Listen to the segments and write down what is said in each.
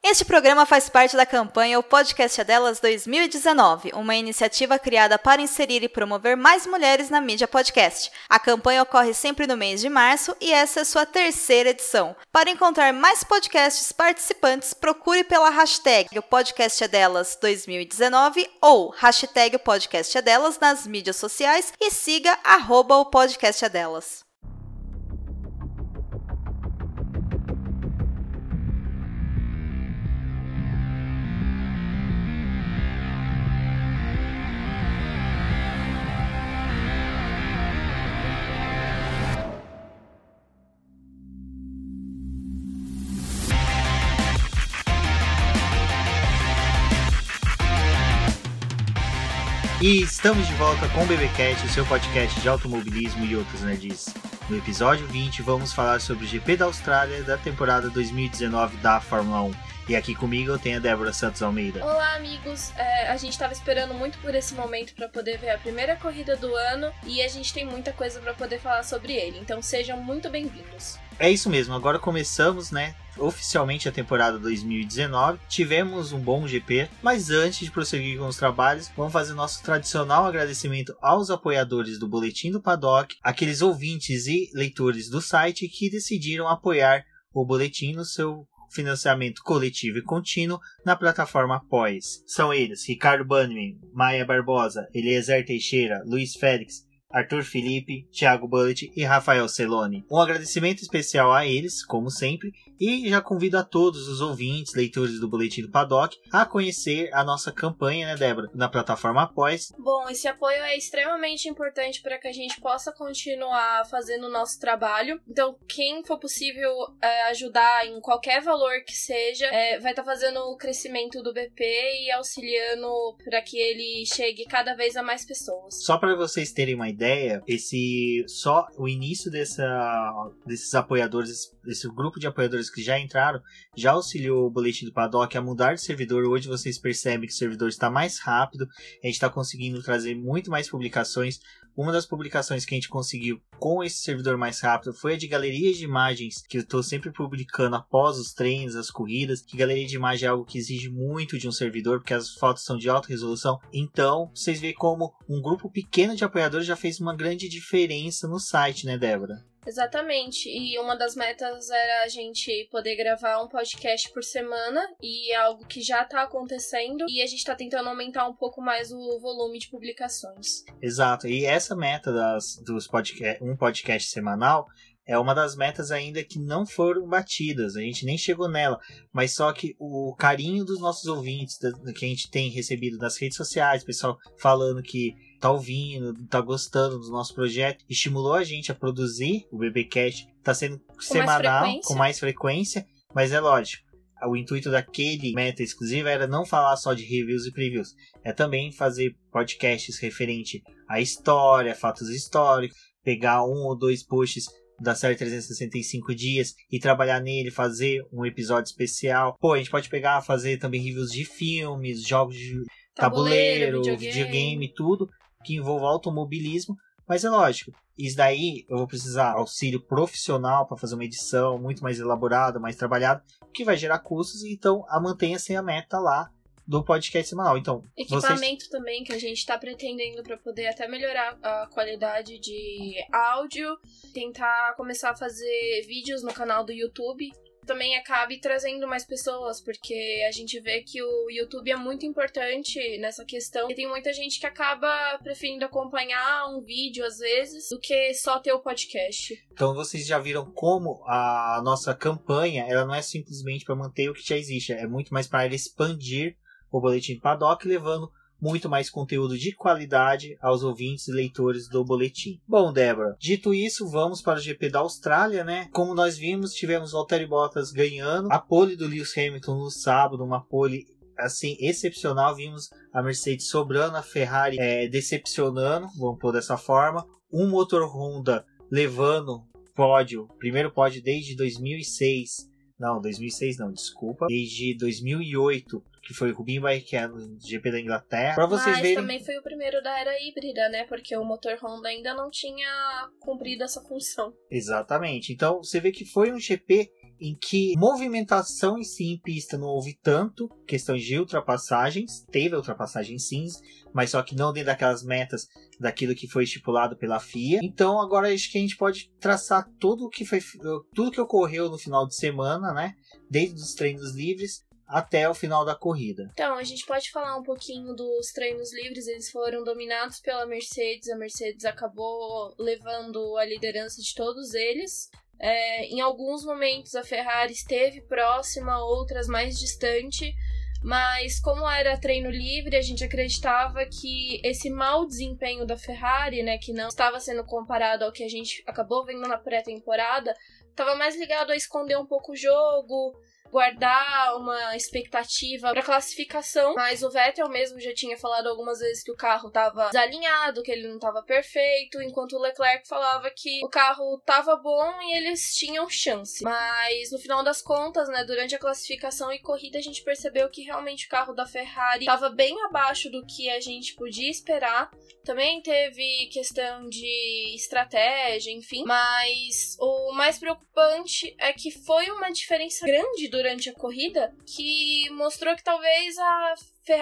Este programa faz parte da campanha O Podcast é Delas 2019, uma iniciativa criada para inserir e promover mais mulheres na mídia podcast. A campanha ocorre sempre no mês de março e essa é sua terceira edição. Para encontrar mais podcasts participantes, procure pela hashtag O Podcast é Delas 2019 ou hashtag O Podcast é Delas nas mídias sociais e siga @O Podcast é Delas. E estamos de volta com o BBcast, o seu podcast de automobilismo e outras nerds. No episódio 20 vamos falar sobre o GP da Austrália da temporada 2019 da Fórmula 1. E aqui comigo eu tenho a Débora Santos Almeida. Olá amigos, a gente estava esperando muito por esse momento para poder ver a primeira corrida do ano e a gente tem muita coisa para poder falar sobre ele, então sejam muito bem-vindos. É isso mesmo, agora começamos, oficialmente a temporada 2019, tivemos um bom GP, mas antes de prosseguir com os trabalhos, vamos fazer nosso tradicional agradecimento aos apoiadores do Boletim do Paddock, aqueles ouvintes e leitores do site que decidiram apoiar o Boletim no seu financiamento coletivo e contínuo na plataforma Apoies. São eles: Ricardo Bannerman, Maia Barbosa, Eliezer Teixeira, Luiz Félix, Arthur Felipe, Thiago Bullet e Rafael Celoni. Um agradecimento especial a eles, como sempre, e já convido a todos os ouvintes, leitores do Boletim do Paddock, a conhecer a nossa campanha, Débora, na plataforma Apoies. Bom, esse apoio é extremamente importante para que a gente possa continuar fazendo o nosso trabalho. Então, quem for possível ajudar em qualquer valor que seja, vai estar fazendo o crescimento do BP e auxiliando para que ele chegue cada vez a mais pessoas. Só para vocês terem uma ideia, só o início desses apoiadores, esse grupo de apoiadores que já entraram, já auxiliou o Boletim do Paddock a mudar de servidor. Hoje vocês percebem que o servidor está mais rápido, a gente está conseguindo trazer muito mais publicações. Uma das publicações que a gente conseguiu com esse servidor mais rápido foi a de galerias de imagens, que eu estou sempre publicando após os treinos, as corridas, que galeria de imagem é algo que exige muito de um servidor, porque as fotos são de alta resolução. Então, vocês veem como um grupo pequeno de apoiadores já fez uma grande diferença no site, né, Débora? Exatamente, e uma das metas era a gente poder gravar um podcast por semana, e é algo que já está acontecendo, e a gente está tentando aumentar um pouco mais o volume de publicações. Exato, e essa meta um podcast semanal é uma das metas ainda que não foram batidas, a gente nem chegou nela, mas só que o carinho dos nossos ouvintes, que a gente tem recebido das redes sociais, pessoal falando que tá ouvindo, tá gostando do nosso projeto, estimulou a gente a produzir o BBcast, tá sendo semanal, com mais frequência, mas é lógico, o intuito daquele meta exclusivo era não falar só de reviews e previews, é também fazer podcasts referente à história, fatos históricos, pegar 1 ou 2 posts da série 365 dias e trabalhar nele, fazer um episódio especial. A gente pode fazer também reviews de filmes, jogos de tabuleiro, videogame, tudo que envolva automobilismo, mas é lógico, isso daí eu vou precisar de auxílio profissional para fazer uma edição muito mais elaborada, mais trabalhada, que vai gerar custos, então mantenha-se a meta lá do podcast semanal. Então, equipamento também que a gente está pretendendo para poder até melhorar a qualidade de áudio, tentar começar a fazer vídeos no canal do YouTube. Também acabe trazendo mais pessoas, porque a gente vê que o YouTube é muito importante nessa questão, e tem muita gente que acaba preferindo acompanhar um vídeo às vezes do que só ter o podcast. Então vocês já viram como a nossa campanha, ela não é simplesmente para manter o que já existe, é muito mais para expandir o Boletim do Paddock, levando muito mais conteúdo de qualidade aos ouvintes e leitores do Boletim. Bom, Débora, dito isso, vamos para o GP da Austrália, Como nós vimos, tivemos Valtteri Bottas ganhando, a pole do Lewis Hamilton no sábado, uma pole assim, excepcional. Vimos a Mercedes sobrando, a Ferrari decepcionando, vamos pôr dessa forma, um motor Honda levando primeiro pódio desde 2006, desde 2008, que foi o Rubinho Barrichello no GP da Inglaterra. Pra vocês Mas verem, também foi o primeiro da era híbrida, Porque o motor Honda ainda não tinha cumprido essa função. Exatamente. Então você vê que foi um GP em que movimentação em si em pista não houve tanto, questões de ultrapassagens, teve ultrapassagem sim, mas só que não dentro daquelas metas daquilo que foi estipulado pela FIA. Então agora acho que a gente pode traçar tudo que ocorreu no final de semana, né? Desde os treinos livres até o final da corrida. Então, a gente pode falar um pouquinho dos treinos livres. Eles foram dominados pela Mercedes. A Mercedes acabou levando a liderança de todos eles. Em alguns momentos a Ferrari esteve próxima, outras mais distante. Mas como era treino livre, a gente acreditava que esse mau desempenho da Ferrari, né, que não estava sendo comparado ao que a gente acabou vendo na pré-temporada, estava mais ligado a esconder um pouco o jogo, guardar uma expectativa para classificação, mas o Vettel mesmo já tinha falado algumas vezes que o carro estava desalinhado, que ele não estava perfeito, enquanto o Leclerc falava que o carro estava bom e eles tinham chance. Mas no final das contas, né, durante a classificação e corrida, a gente percebeu que realmente o carro da Ferrari estava bem abaixo do que a gente podia esperar. Também teve questão de estratégia, enfim, mas o mais preocupante é que foi uma diferença grande durante a corrida, que mostrou que talvez a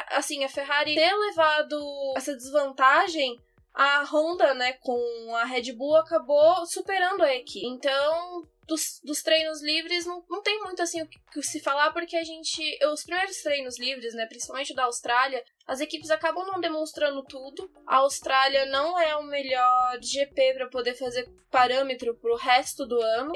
Ferrari ter levado essa desvantagem, a Honda, né, com a Red Bull, acabou superando a equipe. Então, dos treinos livres, não tem muito assim o que se falar, porque os primeiros treinos livres, né, principalmente da Austrália, as equipes acabam não demonstrando tudo. A Austrália não é o melhor GP para poder fazer parâmetro pro resto do ano.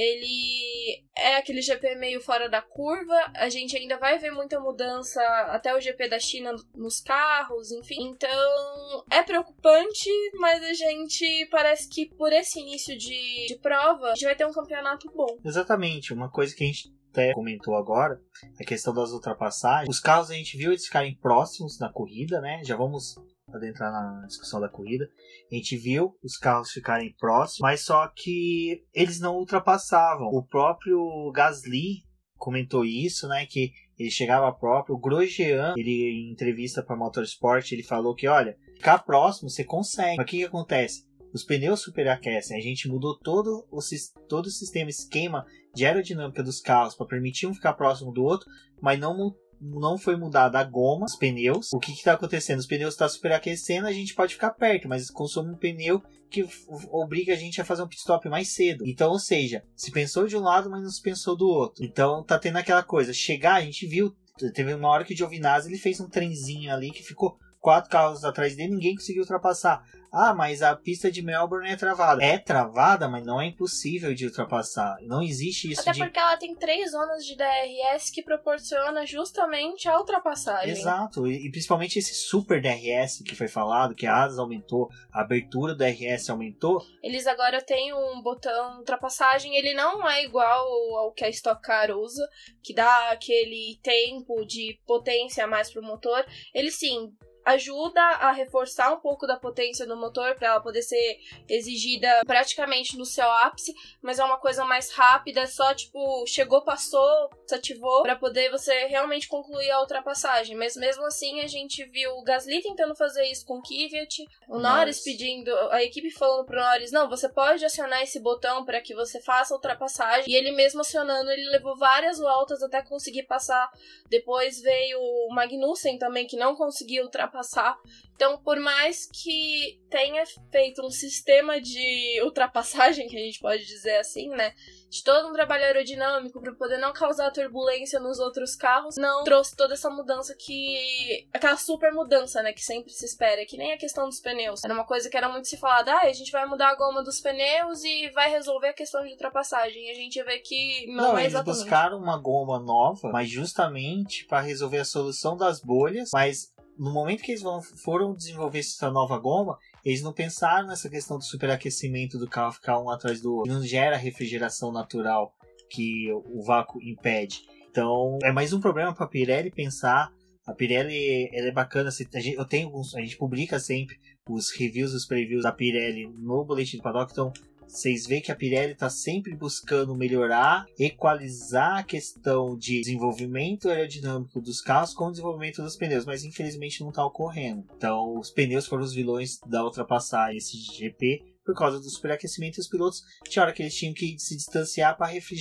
Ele é aquele GP meio fora da curva. A gente ainda vai ver muita mudança até o GP da China nos carros, enfim. Então, é preocupante, mas a gente parece que por esse início de prova, a gente vai ter um campeonato bom. Exatamente, uma coisa que a gente até comentou agora, a questão das ultrapassagens. Os carros a gente viu eles ficarem próximos na corrida, né? Já vamos adentrar na discussão da corrida. A gente viu os carros ficarem próximos, mas só que eles não ultrapassavam. O próprio Gasly comentou isso, né? Que ele chegava próprio. O Grosjean, ele em entrevista para Motorsport, ele falou que, olha, ficar próximo você consegue. Mas o que acontece? Os pneus superaquecem. A gente mudou todo o sistema, esquema de aerodinâmica dos carros para permitir um ficar próximo do outro, mas não foi mudada a goma, os pneus. O que está acontecendo? Os pneus estão superaquecendo, a gente pode ficar perto, mas consome um pneu que obriga a gente a fazer um pit stop mais cedo. Então, ou seja, se pensou de um lado, mas não se pensou do outro. Então, tá tendo aquela coisa. Chegar, a gente viu, teve uma hora que o Giovinazzi ele fez um trenzinho ali que ficou 4 carros atrás dele, ninguém conseguiu ultrapassar. Ah, mas a pista de Melbourne é travada. É travada, mas não é impossível de ultrapassar. Não existe isso. Até porque ela tem 3 zonas de DRS que proporciona justamente a ultrapassagem. Exato. E principalmente esse super DRS que foi falado, que a asas aumentou, a abertura do DRS aumentou. Eles agora têm um botão ultrapassagem, ele não é igual ao que a Stock Car usa, que dá aquele tempo de potência a mais pro motor. Ele sim ajuda a reforçar um pouco da potência do motor para ela poder ser exigida praticamente no seu ápice, mas é uma coisa mais rápida, só tipo, chegou, passou, desativou, para poder você realmente concluir a ultrapassagem. Mas mesmo assim a gente viu o Gasly tentando fazer isso com o Kvyat, o Norris pedindo, a equipe falando pro Norris, não, você pode acionar esse botão para que você faça a ultrapassagem, e ele mesmo acionando, ele levou várias voltas até conseguir passar. Depois veio o Magnussen também, que não conseguiu ultrapassar. Então, por mais que tenha feito um sistema de ultrapassagem, que a gente pode dizer assim, né, de todo um trabalho aerodinâmico para poder não causar turbulência nos outros carros, não trouxe toda essa mudança aquela super mudança, né, que sempre se espera, que nem a questão dos pneus. Era uma coisa que era muito se falada, a gente vai mudar a goma dos pneus e vai resolver a questão de ultrapassagem. E a gente vê que não é exatamente. Eles buscaram uma goma nova, mas justamente para resolver a solução das bolhas, mas no momento que eles foram desenvolver essa nova goma, eles não pensaram nessa questão do superaquecimento do carro ficar um atrás do outro. Não gera a refrigeração natural que o vácuo impede. Então, é mais um problema para a Pirelli pensar. A Pirelli ela é bacana. A gente publica sempre os reviews, os previews da Pirelli no Boletim do Paddock. Então, vocês veem que a Pirelli está sempre buscando melhorar, equalizar a questão de desenvolvimento aerodinâmico dos carros com o desenvolvimento dos pneus, mas infelizmente não está ocorrendo. Então, os pneus foram os vilões da ultrapassagem esse GP por causa do superaquecimento, e os pilotos tinha hora que eles tinham que se distanciar para refrigerar.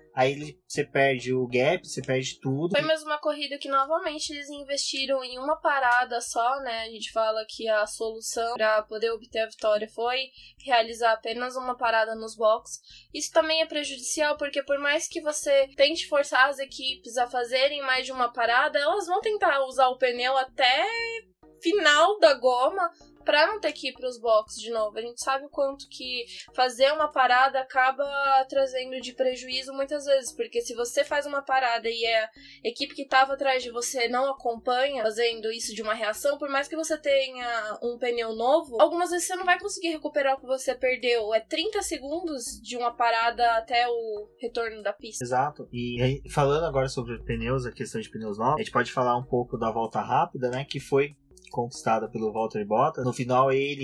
aí você perde o gap, você perde tudo. Foi mesmo uma corrida que novamente eles investiram em uma parada só, né? A gente fala que a solução para poder obter a vitória foi realizar apenas uma parada nos boxes. Isso também é prejudicial, porque por mais que você tente forçar as equipes a fazerem mais de uma parada, elas vão tentar usar o pneu até final da goma pra não ter que ir pros boxes de novo. A gente sabe o quanto que fazer uma parada acaba trazendo de prejuízo muitas vezes, porque se você faz uma parada e a equipe que tava atrás de você não acompanha fazendo isso de uma reação, por mais que você tenha um pneu novo, algumas vezes você não vai conseguir recuperar o que você perdeu. É 30 segundos de uma parada até o retorno da pista. Exato. E aí, falando agora sobre pneus, a questão de pneus novos, a gente pode falar um pouco da volta rápida, né, que foi conquistada pelo Valtteri Bottas. No final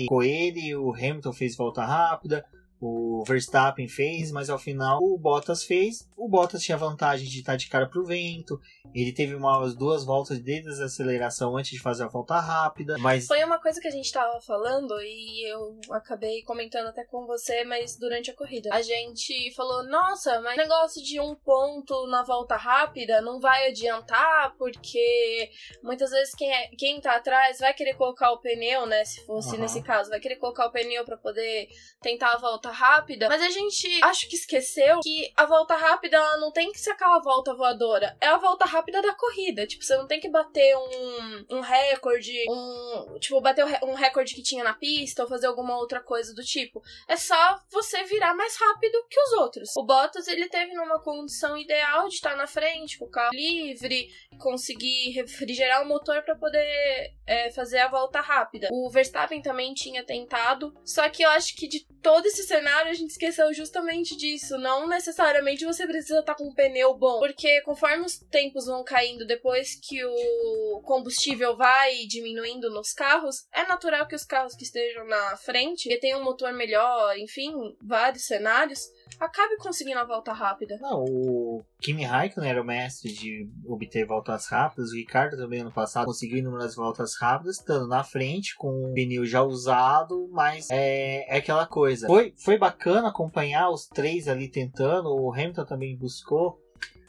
o Hamilton fez volta rápida, o Verstappen fez, mas ao final o Bottas fez. O Bottas tinha vantagem de estar de cara pro vento, ele teve umas 2 voltas de desaceleração antes de fazer a volta rápida, mas... Foi uma coisa que a gente tava falando e eu acabei comentando até com você, mas durante a corrida. A gente falou, nossa, mas negócio de 1 ponto na volta rápida não vai adiantar, porque muitas vezes quem tá atrás vai querer colocar o pneu, né, se fosse nesse caso, vai querer colocar o pneu pra poder tentar a volta rápida, mas a gente acho que esqueceu que a volta rápida ela não tem que ser aquela volta voadora, é a volta rápida da corrida, tipo, você não tem que bater um recorde, bater um recorde que tinha na pista ou fazer alguma outra coisa do tipo, é só você virar mais rápido que os outros. O Bottas, ele teve numa condição ideal de estar na frente, com o carro livre, conseguir refrigerar o motor para poder fazer a volta rápida. O Verstappen também tinha tentado, só que eu acho que de todo esse cenário a gente esqueceu justamente disso. Não necessariamente você precisa estar com um pneu bom, porque conforme os tempos vão caindo, depois que o combustível vai diminuindo nos carros, é natural que os carros que estejam na frente, que tenham um motor melhor, enfim, vários cenários, acabe conseguindo a volta rápida. Não, o Kimi Raikkonen era o mestre de obter voltas rápidas, o Ricciardo também ano passado conseguiu inúmeras voltas rápidas, estando na frente com o pneu já usado, mas é aquela coisa. Foi bacana acompanhar os 3 ali tentando, o Hamilton também buscou,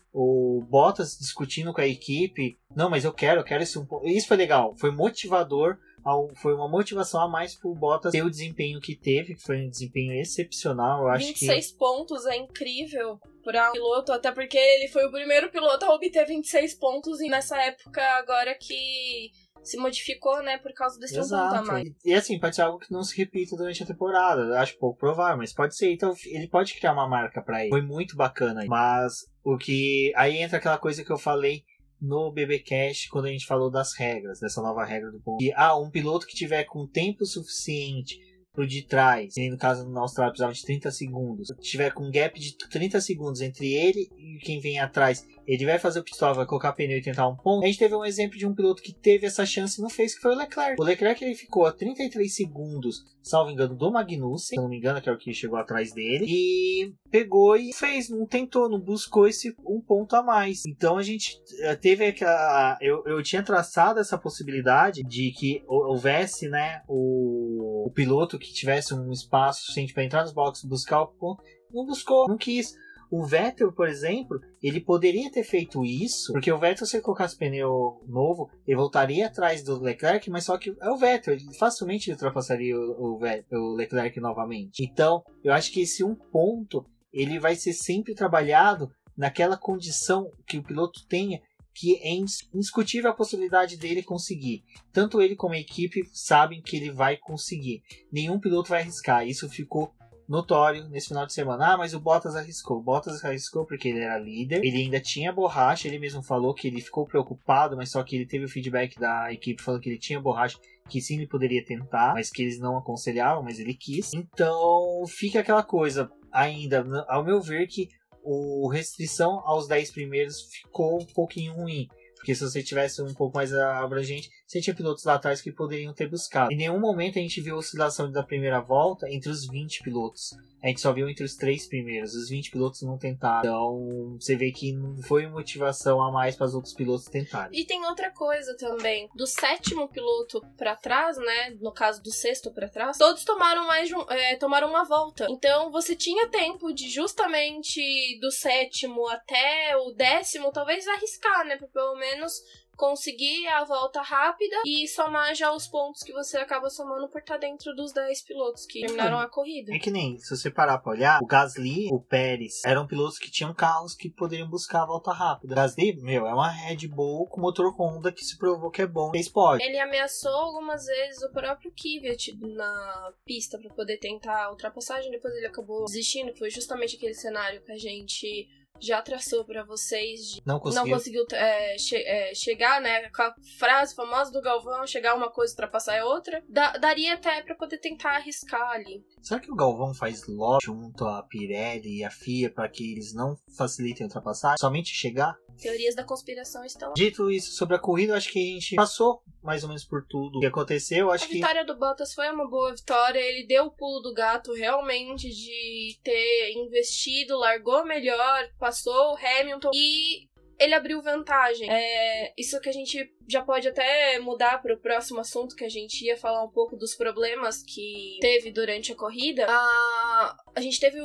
o Bottas discutindo com a equipe, não, mas eu quero esse um pouco. Isso foi legal, foi motivador, foi uma motivação a mais pro Bottas ter o desempenho que teve, que foi um desempenho excepcional. Eu acho 26 pontos é incrível para um piloto, até porque ele foi o primeiro piloto a obter 26 pontos e nessa época agora que se modificou, né, por causa desse ponto a mais. E assim, pode ser algo que não se repita durante a temporada, eu acho pouco provável, mas pode ser, então ele pode criar uma marca pra ele. Foi muito bacana, mas aí entra aquela coisa que eu falei no BBcast quando a gente falou das regras, dessa nova regra do ponto. Um piloto que tiver com tempo suficiente pro de trás, e no caso na Austrália precisava de 30 segundos, se tiver com um gap de 30 segundos entre ele e quem vem atrás, ele vai fazer o pit stop, vai colocar pneu e tentar um ponto. A gente teve um exemplo de um piloto que teve essa chance e não fez, que foi o Leclerc. O Leclerc ele ficou a 33 segundos, salvo engano, do Magnussen, se não me engano, que é o que chegou atrás dele, e pegou e fez, não tentou, não buscou esse um ponto a mais. Então a gente teve aquela... Eu tinha traçado essa possibilidade de que houvesse, né, o piloto que tivesse um espaço suficiente para entrar nos boxes, buscar o ponto. Não buscou, não quis. O Vettel, por exemplo, ele poderia ter feito isso, porque o Vettel, se ele colocasse pneu novo, ele voltaria atrás do Leclerc, mas só que é o Vettel, ele facilmente ultrapassaria o Leclerc novamente. Então, eu acho que esse um ponto, ele vai ser sempre trabalhado naquela condição que o piloto tenha, que é indiscutível a possibilidade dele conseguir. Tanto ele como a equipe sabem que ele vai conseguir. Nenhum piloto vai arriscar, isso ficou notório nesse final de semana. Mas o Bottas arriscou. O Bottas arriscou porque ele era líder. Ele ainda tinha borracha. Ele mesmo falou que ele ficou preocupado, mas só que ele teve o feedback da equipe falando que ele tinha borracha, que sim, ele poderia tentar, mas que eles não aconselhavam, mas ele quis. Então fica aquela coisa ainda, ao meu ver, que a restrição aos 10 primeiros ficou um pouquinho ruim. Porque se você tivesse um pouco mais abrangente, você tinha pilotos lá atrás que poderiam ter buscado. Em nenhum momento a gente viu a oscilação da primeira volta entre os 20 pilotos. A gente só viu entre os 3 primeiros. Os 20 pilotos não tentaram. Então, você vê que não foi motivação a mais para os outros pilotos tentarem. E tem outra coisa também. Do 7º piloto pra trás, né? No caso do 6º pra trás, todos tomaram tomaram uma volta. Então, você tinha tempo de justamente do 7º até o 10º, talvez arriscar, né? Pra pelo menos conseguir a volta rápida e somar já os pontos que você acaba somando por estar dentro dos 10 pilotos que terminaram a corrida. É que nem, se você parar pra olhar, o Gasly, o Pérez, eram pilotos que tinham carros que poderiam buscar a volta rápida. O Gasly, é uma Red Bull com motor Honda que se provou que é bom, fez pódio. Ele ameaçou algumas vezes o próprio Kvyat na pista pra poder tentar a ultrapassagem, depois ele acabou desistindo. Foi justamente aquele cenário que a gente já traçou pra vocês de não conseguiu chegar, né, com a frase famosa do Galvão, chegar uma coisa, ultrapassar é outra. Daria até pra poder tentar arriscar ali. Será que o Galvão faz lobby junto à Pirelli e à FIA pra que eles não facilitem a ultrapassagem, somente chegar? Teorias da conspiração estão lá. Dito isso sobre a corrida, eu acho que a gente passou mais ou menos por tudo que aconteceu. A vitória do Bottas foi uma boa vitória. Ele deu o pulo do gato realmente de ter investido, largou melhor, passou o Hamilton e ele abriu vantagem. Isso que a gente já pode até mudar para o próximo assunto, que a gente ia falar um pouco dos problemas que teve durante a corrida. A gente teve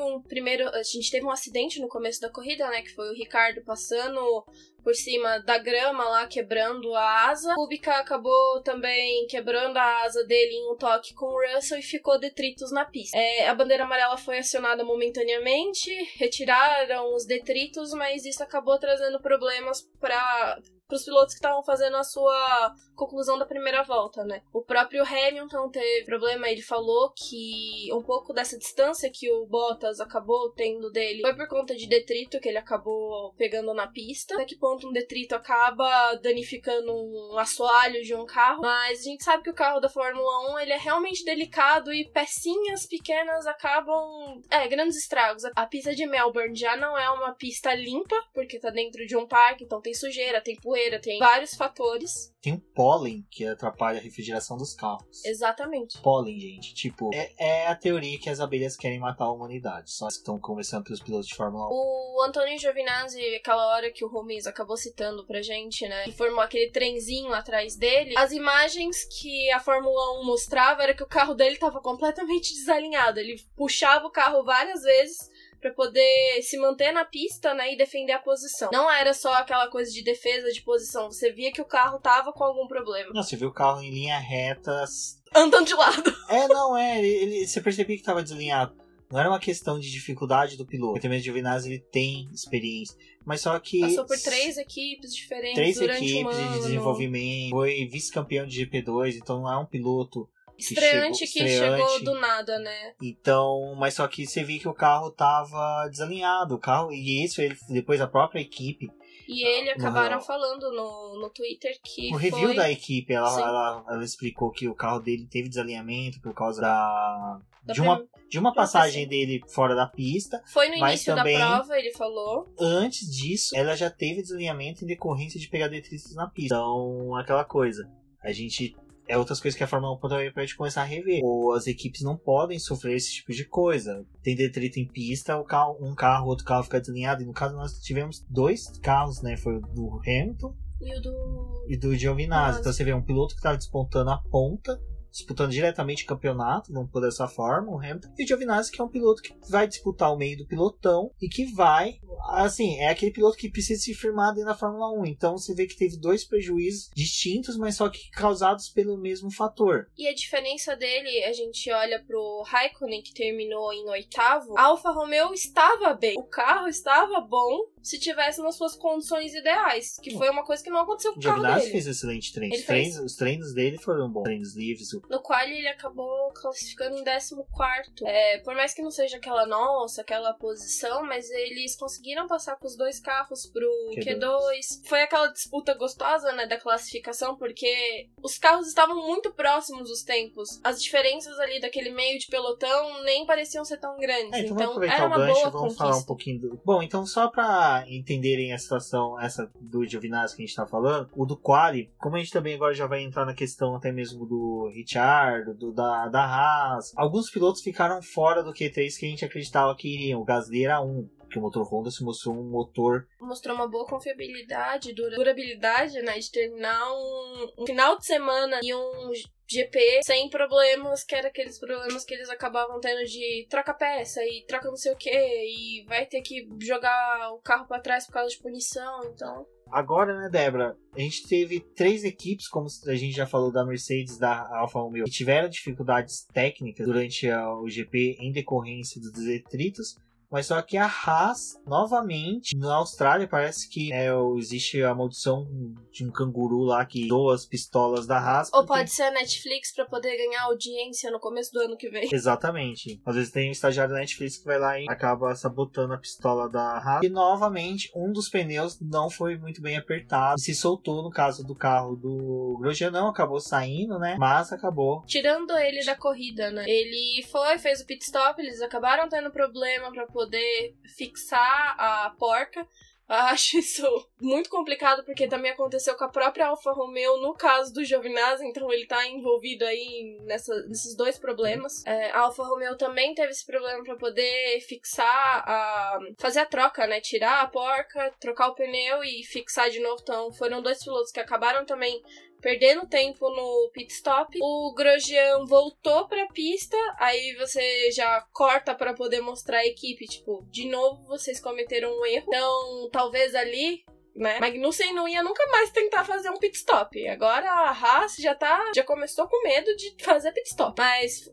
um acidente no começo da corrida, né, que foi o Ricardo passando por cima da grama lá, quebrando a asa. O Kubica acabou também quebrando a asa dele em um toque com o Russell e ficou detritos na pista. A bandeira amarela foi acionada momentaneamente, retiraram os detritos, mas isso acabou trazendo problemas para os pilotos que estavam fazendo a sua conclusão da primeira volta, né? O próprio Hamilton teve problema, ele falou que um pouco dessa distância que o Bottas acabou tendo dele foi por conta de detrito que ele acabou pegando na pista. Até que ponto um detrito acaba danificando um assoalho de um carro, mas a gente sabe que o carro da Fórmula 1 ele é realmente delicado e pecinhas pequenas acabam grandes estragos. A pista de Melbourne já não é uma pista limpa, porque tá dentro de um parque, então tem sujeira, tem poeira, tem vários fatores. Tem um pólen que atrapalha a refrigeração dos carros. Exatamente. Pólen, gente. Tipo, é a teoria que as abelhas querem matar a humanidade. Só que estão conversando pelos pilotos de Fórmula 1. O Antonio Giovinazzi, aquela hora que o Rubens acabou citando pra gente, né? Que formou aquele trenzinho atrás dele. As imagens que a Fórmula 1 mostrava era que o carro dele tava completamente desalinhado. Ele puxava o carro várias vezes pra poder se manter na pista, né, e defender a posição. Não era só aquela coisa de defesa de posição, você via que o carro tava com algum problema. Não, você viu o carro em linha reta... andando de lado. Você percebia que tava desalinhado. Não era uma questão de dificuldade do piloto. Até mesmo o Giovinazzi, ele tem experiência. Mas só que... passou por 3 equipes diferentes durante um ano. 3 equipes de desenvolvimento. Foi vice-campeão de GP2, então não é um piloto... estreante que chegou do nada, né? Então, mas só que você viu que o carro tava desalinhado. E isso, depois a própria equipe... E ele acabaram falando no Twitter que o review da equipe, ela explicou que o carro dele teve desalinhamento por causa de uma passagem dele fora da pista. Foi no início também, da prova, ele falou. Antes disso, ela já teve desalinhamento em decorrência de pegar detritos na pista. Então, aquela coisa. A gente... outras coisas que a Fórmula 1 pode começar a rever. Ou as equipes não podem sofrer esse tipo de coisa. Tem detrito em pista, outro carro fica desalinhado. E no caso nós tivemos 2 carros, né? Foi o do Hamilton e do Giovinazzi. Então você vê um piloto que estava despontando a ponta, disputando diretamente o campeonato, vamos pôr dessa forma, o Hamilton. E o Giovinazzi, que é um piloto que vai disputar o meio do pelotão e que vai... assim, é aquele piloto que precisa se firmar dentro da Fórmula 1. Então você vê que teve 2 prejuízos distintos, mas só que causados pelo mesmo fator. E a diferença dele, a gente olha pro Raikkonen, que terminou em 8º. A Alfa Romeo estava bem. O carro estava bom se tivesse nas suas condições ideais. Que foi uma coisa que não aconteceu com o carro dele. O Giovinazzi fez excelente treino. Os treinos dele foram bons. Treinos livres. No qual ele acabou classificando em 14º. Por mais que não seja aquela posição, mas eles conseguiram passar com os 2 carros pro Q2. Foi aquela disputa gostosa, né, da classificação, porque os carros estavam muito próximos os tempos. As diferenças ali daquele meio de pelotão nem pareciam ser tão grandes. Então era uma gancho, boa vamos conquista. falar um pouquinho Bom, então só pra entenderem a situação, essa do Giovinazzi que a gente tá falando, o do Quali, como a gente também agora já vai entrar na questão até mesmo do Ricciardo, da Haas, alguns pilotos ficaram fora do Q3 que a gente acreditava que iriam. O Gasly era um, que o motor Honda se mostrou um motor... Mostrou uma boa confiabilidade, durabilidade, né, de terminar um final de semana e um GP sem problemas, que era aqueles problemas que eles acabavam tendo de troca peça e troca não sei o que, e vai ter que jogar o carro pra trás por causa de punição, então... Agora, né, Débora, a gente teve 3 equipes, como a gente já falou da Mercedes, da Alfa Romeo, que tiveram dificuldades técnicas durante o GP em decorrência dos detritos, mas só que a Haas, novamente, na Austrália, parece que existe a maldição de um canguru lá que doa as pistolas da Haas. Ou pode ser a Netflix pra poder ganhar audiência no começo do ano que vem. Exatamente. Às vezes tem um estagiário da Netflix que vai lá e acaba sabotando a pistola da Haas. E, novamente, um dos pneus não foi muito bem apertado. Se soltou no caso do carro do Grosjean, não acabou saindo, né? Mas acabou. Tirando ele da corrida, né? Ele fez o pit stop, eles acabaram tendo problema pra poder fixar a porca. Acho isso muito complicado, porque também aconteceu com a própria Alfa Romeo no caso do Giovinazzi, então ele tá envolvido aí nesses 2 problemas. A Alfa Romeo também teve esse problema pra poder fixar, fazer a troca, né? Tirar a porca, trocar o pneu e fixar de novo. Então foram 2 pilotos que acabaram também perdendo tempo no pit stop. O Grosjean voltou pra pista, aí você já corta pra poder mostrar a equipe, tipo, de novo vocês cometeram um erro. Então, talvez ali, né, Magnussen não ia nunca mais tentar fazer um pit stop. Agora a Haas já começou com medo de fazer pit stop. Mas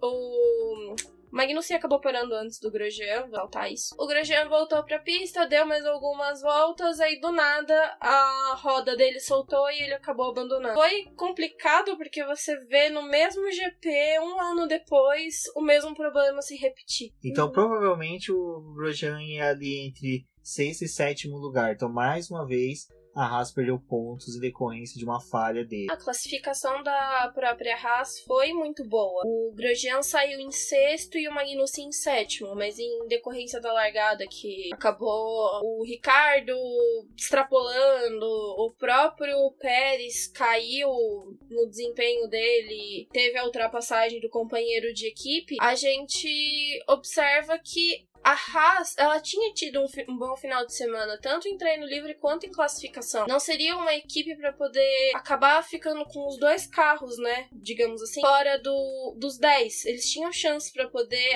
o Magnussen acabou parando antes do Grosjean, vou voltar isso. O Grosjean voltou pra pista, deu mais algumas voltas, aí do nada a roda dele soltou e ele acabou abandonando. Foi complicado porque você vê no mesmo GP, um ano depois, o mesmo problema se repetir. Então, provavelmente o Grosjean ia ali entre 6º e 7º lugar. Então, mais uma vez, a Haas perdeu pontos em decorrência de uma falha dele. A classificação da própria Haas foi muito boa. O Grosjean saiu em 6º e o Magnussen em 7º, mas em decorrência da largada que acabou o Ricciardo extrapolando, o próprio Pérez caiu no desempenho dele, teve a ultrapassagem do companheiro de equipe, a gente observa que a Haas, ela tinha tido um bom final de semana, tanto em treino livre quanto em classificação. Não seria uma equipe para poder acabar ficando com os 2 carros, né, digamos assim, fora dos 10. Eles tinham chance para poder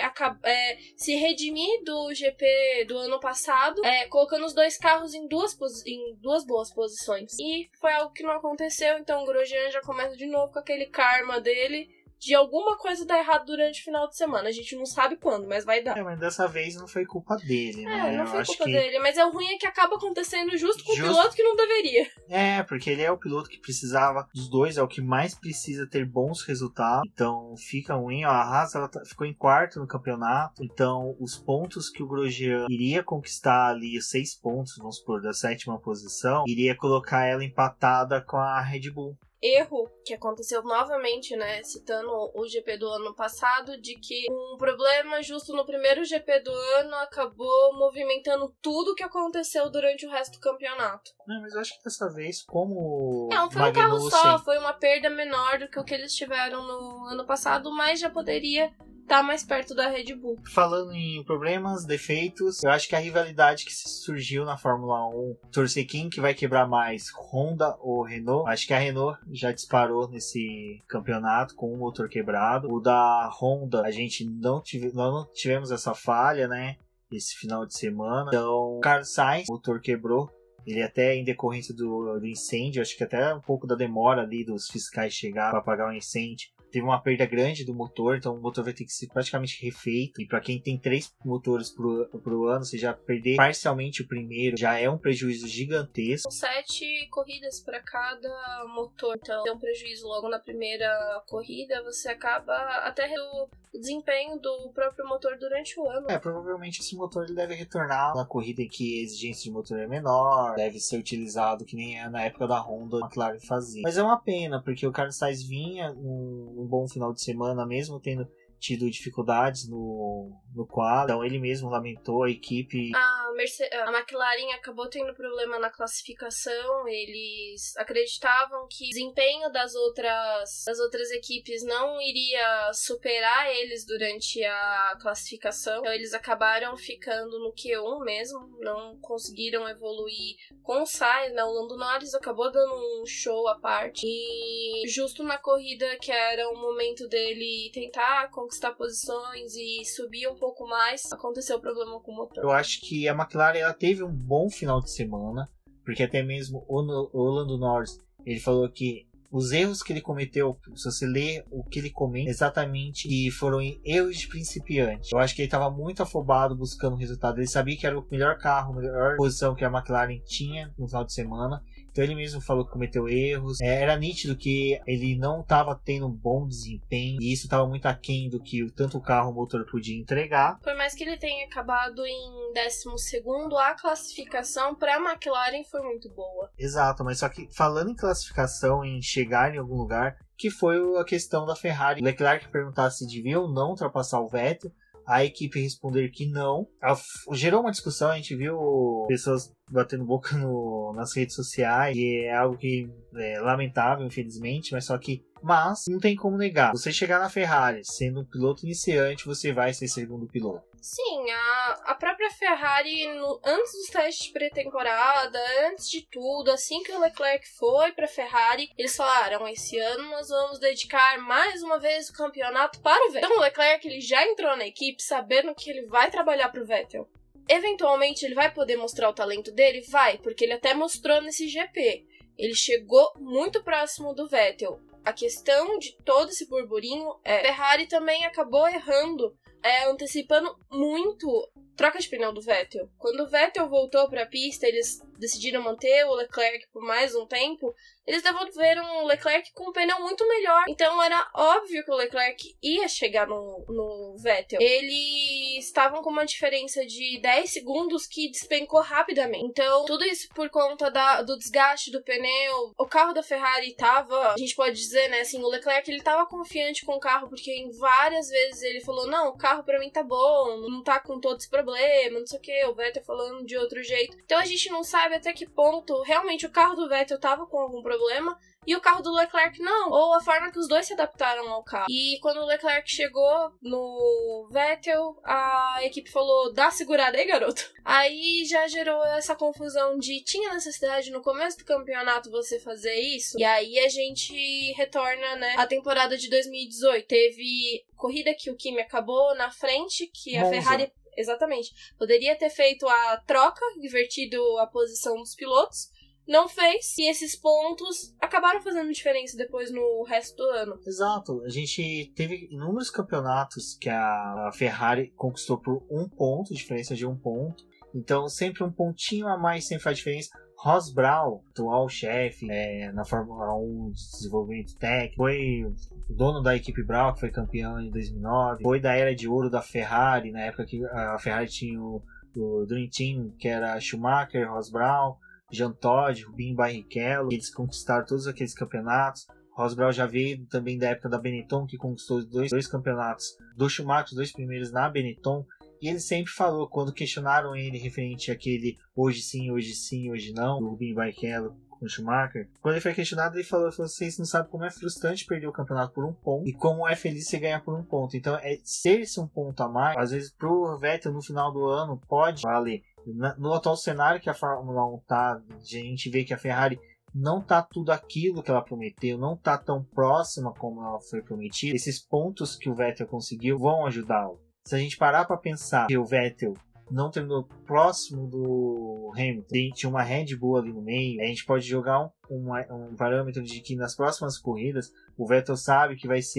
se redimir do GP do ano passado, colocando os 2 carros em duas boas posições. E foi algo que não aconteceu, então o Grosjean já começa de novo com aquele karma dele de alguma coisa dar errado durante o final de semana. A gente não sabe quando, mas vai dar. Mas dessa vez não foi culpa dele, né? Não foi culpa dele, mas o ruim é que acaba acontecendo justo com o piloto que não deveria. Porque ele é o piloto que precisava dos 2, é o que mais precisa ter bons resultados. Então fica ruim. A Haas ela ficou em 4º no campeonato. Então os pontos que o Grosjean iria conquistar ali, 6 pontos, vamos supor, da 7ª posição, iria colocar ela empatada com a Red Bull. Erro que aconteceu novamente, né, citando o GP do ano passado, de que um problema justo no primeiro GP do ano acabou movimentando tudo que aconteceu durante o resto do campeonato. Não, mas eu acho que dessa vez, como não, foi um carro só, foi uma perda menor do que o que eles tiveram no ano passado, mas já poderia tá mais perto da Red Bull. Falando em problemas, defeitos, eu acho que a rivalidade que surgiu na Fórmula 1, torcer quem que vai quebrar mais, Honda ou Renault, acho que a Renault já disparou nesse campeonato com um motor quebrado. O da Honda, a gente nós não tivemos essa falha, né, esse final de semana. Então, o Carlos Sainz, o motor quebrou. Ele até em decorrência do incêndio, acho que até um pouco da demora ali dos fiscais chegar para apagar o incêndio, teve uma perda grande do motor, então o motor vai ter que ser praticamente refeito. E para quem tem 3 motores pro ano, você já perder parcialmente o primeiro já é um prejuízo gigantesco. 7 corridas para cada motor, então tem um prejuízo logo na primeira corrida, você acaba até o desempenho do próprio motor durante o ano. Provavelmente esse motor ele deve retornar na corrida em que a exigência de motor é menor, deve ser utilizado que nem na época da Honda, a McLaren fazia. Mas é uma pena, porque o Carlos Sainz vinha num bom final de semana, mesmo tendo tido dificuldades no quadro, então ele mesmo lamentou a equipe. A McLaren acabou tendo problema na classificação, eles acreditavam que o desempenho das outras equipes não iria superar eles durante a classificação, então eles acabaram ficando no Q1 mesmo, não conseguiram evoluir com o Sainz, né? O Lando Norris acabou dando um show à parte, e justo na corrida que era o momento dele tentar conquistar posições e subir um pouco mais, aconteceu o problema com o motor. Eu acho que a McLaren ela teve um bom final de semana, porque até mesmo o Lando Norris, ele falou que os erros que ele cometeu, se você ler o que ele comenta, exatamente, e foram erros de principiante. Eu acho que ele estava muito afobado buscando o resultado. Ele sabia que era o melhor carro, a melhor posição que a McLaren tinha no final de semana. Então ele mesmo falou que cometeu erros. Era nítido que ele não estava tendo um bom desempenho, e isso estava muito aquém do que tanto o carro o motor podia entregar. Por mais que ele tenha acabado em 12º, a classificação para a McLaren foi muito boa. Exato, mas só que falando em classificação, em chegar em algum lugar, que foi a questão da Ferrari. O Leclerc perguntasse se devia ou não ultrapassar o Vettel, a equipe responder que não. Gerou uma discussão, a gente viu pessoas batendo boca nas redes sociais, e é algo que é lamentável, infelizmente, mas não tem como negar. Você chegar na Ferrari sendo um piloto iniciante, você vai ser segundo piloto. Sim, a própria Ferrari, antes dos testes de pré-temporada, antes de tudo, assim que o Leclerc foi pra Ferrari, eles falaram, esse ano nós vamos dedicar mais uma vez o campeonato para o Vettel. Então o Leclerc ele já entrou na equipe sabendo que ele vai trabalhar pro Vettel. Eventualmente ele vai poder mostrar o talento dele? Vai, porque ele até mostrou nesse GP. Ele chegou muito próximo do Vettel. A questão de todo esse burburinho é a Ferrari também acabou errando, antecipando muito troca de pneu do Vettel. Quando o Vettel voltou para a pista, eles decidiram manter o Leclerc por mais um tempo, eles devolveram o Leclerc com um pneu muito melhor. Então era óbvio que o Leclerc ia chegar no Vettel. Eles estavam com uma diferença de 10 segundos que despencou rapidamente. Então, tudo isso por conta do desgaste do pneu. O carro da Ferrari tava, a gente pode dizer, né, assim, o Leclerc ele tava confiante com o carro, porque em várias vezes ele falou, não, o carro pra mim tá bom, não tá com todo esse problema, não sei o que, o Vettel falando de outro jeito. Então a gente não sabe até que ponto realmente o carro do Vettel tava com algum problema e o carro do Leclerc não, ou a forma que os dois se adaptaram ao carro. E quando o Leclerc chegou no Vettel, a equipe falou, dá segurada aí, garoto. Aí já gerou essa confusão de tinha necessidade no começo do campeonato você fazer isso? E aí a gente retorna, né, a temporada de 2018. Teve corrida que o Kimi acabou na frente, que a Ferrari... Exatamente. Poderia ter feito a troca, invertido a posição dos pilotos. Não fez, e esses pontos acabaram fazendo diferença depois no resto do ano. Exato, a gente teve inúmeros campeonatos que a Ferrari conquistou por 1 ponto, diferença de 1 ponto. Então sempre um pontinho a mais sempre faz diferença. Ross Brawn, atual chefe na Fórmula 1 de desenvolvimento técnico, foi o dono da equipe Brawn, que foi campeão em 2009, foi da era de ouro da Ferrari, na época que a Ferrari tinha o Dream Team, que era Schumacher, Ross Brawn, Jean Todt, Rubinho Barrichello, eles conquistaram todos aqueles campeonatos. Ross Brawn já veio também da época da Benetton, que conquistou dois campeonatos do Schumacher, os 2 primeiros na Benetton. E ele sempre falou, quando questionaram ele referente àquele hoje sim, hoje não, do Rubinho Barrichello com o Schumacher, quando ele foi questionado, ele falou, vocês não sabem como é frustrante perder o campeonato por 1 ponto e como é feliz você ganhar por 1 ponto. Então, ser esse 1 ponto a mais, às vezes pro Vettel no final do ano pode valer. No atual cenário que a Fórmula 1 tá, a gente vê que a Ferrari não tá tudo aquilo que ela prometeu, não tá tão próxima como ela foi prometida. Esses pontos que o Vettel conseguiu vão ajudá-lo. Se a gente parar para pensar que o Vettel não terminou próximo do Hamilton, tinha uma Red Bull ali no meio, a gente pode jogar um parâmetro de que nas próximas corridas o Vettel sabe que vai ser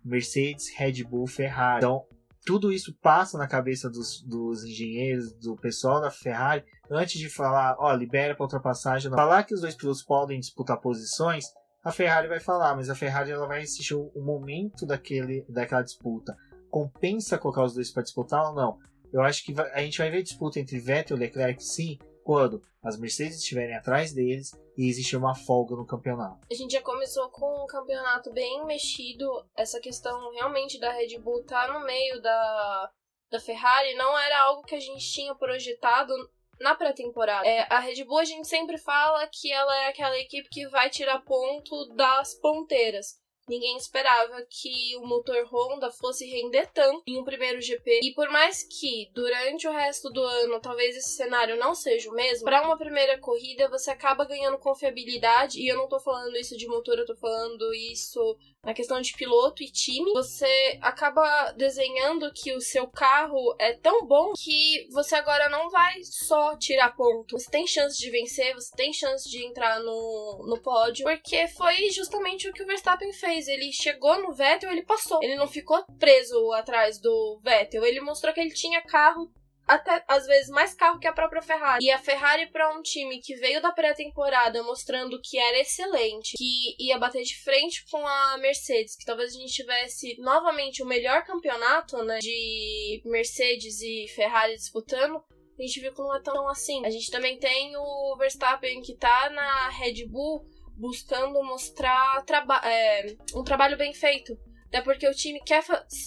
Mercedes, Red Bull, Ferrari. Então, tudo isso passa na cabeça dos engenheiros, do pessoal da Ferrari, antes de falar, libera para ultrapassagem. Falar que os dois pilotos podem disputar posições, a Ferrari vai falar, mas a Ferrari ela vai assistir o momento daquela disputa. Compensa colocar os dois para disputar ou não? Eu acho que a gente vai ver disputa entre Vettel e Leclerc, sim, quando as Mercedes estiverem atrás deles e existir uma folga no campeonato. A gente já começou com um campeonato bem mexido. Essa questão realmente da Red Bull estar no meio da Ferrari não era algo que a gente tinha projetado na pré-temporada. A Red Bull a gente sempre fala que ela é aquela equipe que vai tirar ponto das ponteiras. Ninguém esperava que o motor Honda fosse render tanto em um primeiro GP. E por mais que durante o resto do ano talvez esse cenário não seja o mesmo, para uma primeira corrida você acaba ganhando confiabilidade. E eu não tô falando isso de motor, eu tô falando isso na questão de piloto e time. Você acaba desenhando que o seu carro é tão bom que você agora não vai só tirar ponto. Você tem chance de vencer, você tem chance de entrar no pódio, porque foi justamente o que o Verstappen fez. Ele chegou no Vettel, ele passou. Ele não ficou preso atrás do Vettel. Ele mostrou que ele tinha carro, até às vezes mais carro que a própria Ferrari. E a Ferrari, para um time que veio da pré-temporada mostrando que era excelente, que ia bater de frente com a Mercedes, que talvez a gente tivesse novamente o melhor campeonato, né, de Mercedes e Ferrari disputando, a gente viu que não é tão assim. A gente também tem o Verstappen que tá na Red Bull buscando mostrar um trabalho bem feito. Até porque o time quer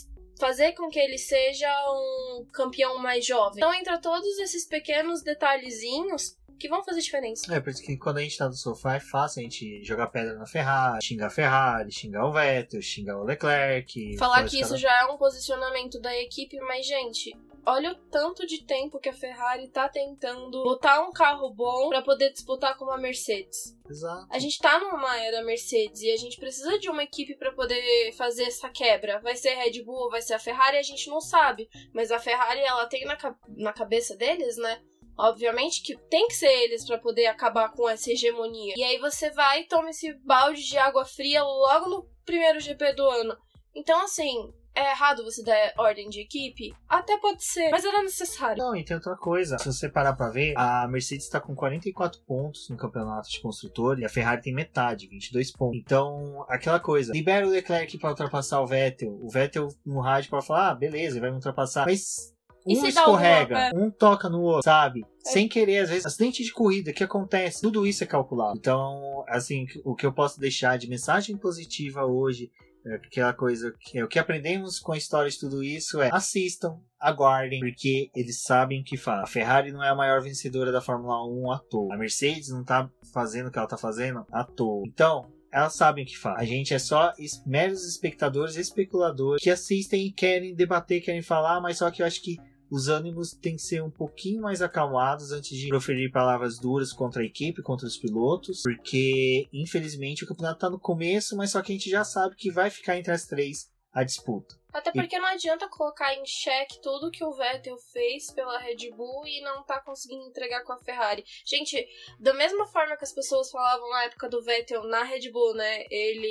fazer com que ele seja um campeão mais jovem. Então entra todos esses pequenos detalhezinhos que vão fazer diferença. Por isso que quando a gente tá no sofá é fácil a gente jogar pedra na Ferrari, xingar o Vettel, xingar o Leclerc. Falar que isso já é um posicionamento da equipe, mas gente, olha o tanto de tempo que a Ferrari tá tentando botar um carro bom pra poder disputar com uma Mercedes. Exato. A gente tá numa era Mercedes e a gente precisa de uma equipe pra poder fazer essa quebra. Vai ser a Red Bull ou vai ser a Ferrari, a gente não sabe. Mas a Ferrari, ela tem na cabeça deles, né? Obviamente que tem que ser eles pra poder acabar com essa hegemonia. E aí você vai e toma esse balde de água fria logo no primeiro GP do ano. Então, assim, é errado você dar ordem de equipe? Até pode ser, mas era necessário. Não, e tem outra coisa. Se você parar pra ver, a Mercedes tá com 44 pontos no campeonato de construtor e a Ferrari tem metade, 22 pontos. Então, aquela coisa. Libera o Leclerc pra ultrapassar o Vettel. O Vettel no rádio pode falar, beleza, vai me ultrapassar. Mas um escorrega, um toca no outro, sabe? Sem querer, às vezes, acidente de corrida, que acontece, tudo isso é calculado. Então, assim, o que eu posso deixar de mensagem positiva hoje, aquela coisa, o que aprendemos com a história de tudo isso assistam, aguardem, porque eles sabem o que faz. A Ferrari não é a maior vencedora da Fórmula 1 à toa. A Mercedes não tá fazendo o que ela tá fazendo à toa. Então, elas sabem o que faz. A gente é só meros espectadores, especuladores, que assistem e querem debater, querem falar, mas só que eu acho que os ânimos têm que ser um pouquinho mais acalmados antes de proferir palavras duras contra a equipe, contra os pilotos, porque infelizmente o campeonato está no começo, mas só que a gente já sabe que vai ficar entre as três a disputa. Até porque não adianta colocar em xeque tudo que o Vettel fez pela Red Bull e não tá conseguindo entregar com a Ferrari. Gente, da mesma forma que as pessoas falavam na época do Vettel na Red Bull, né?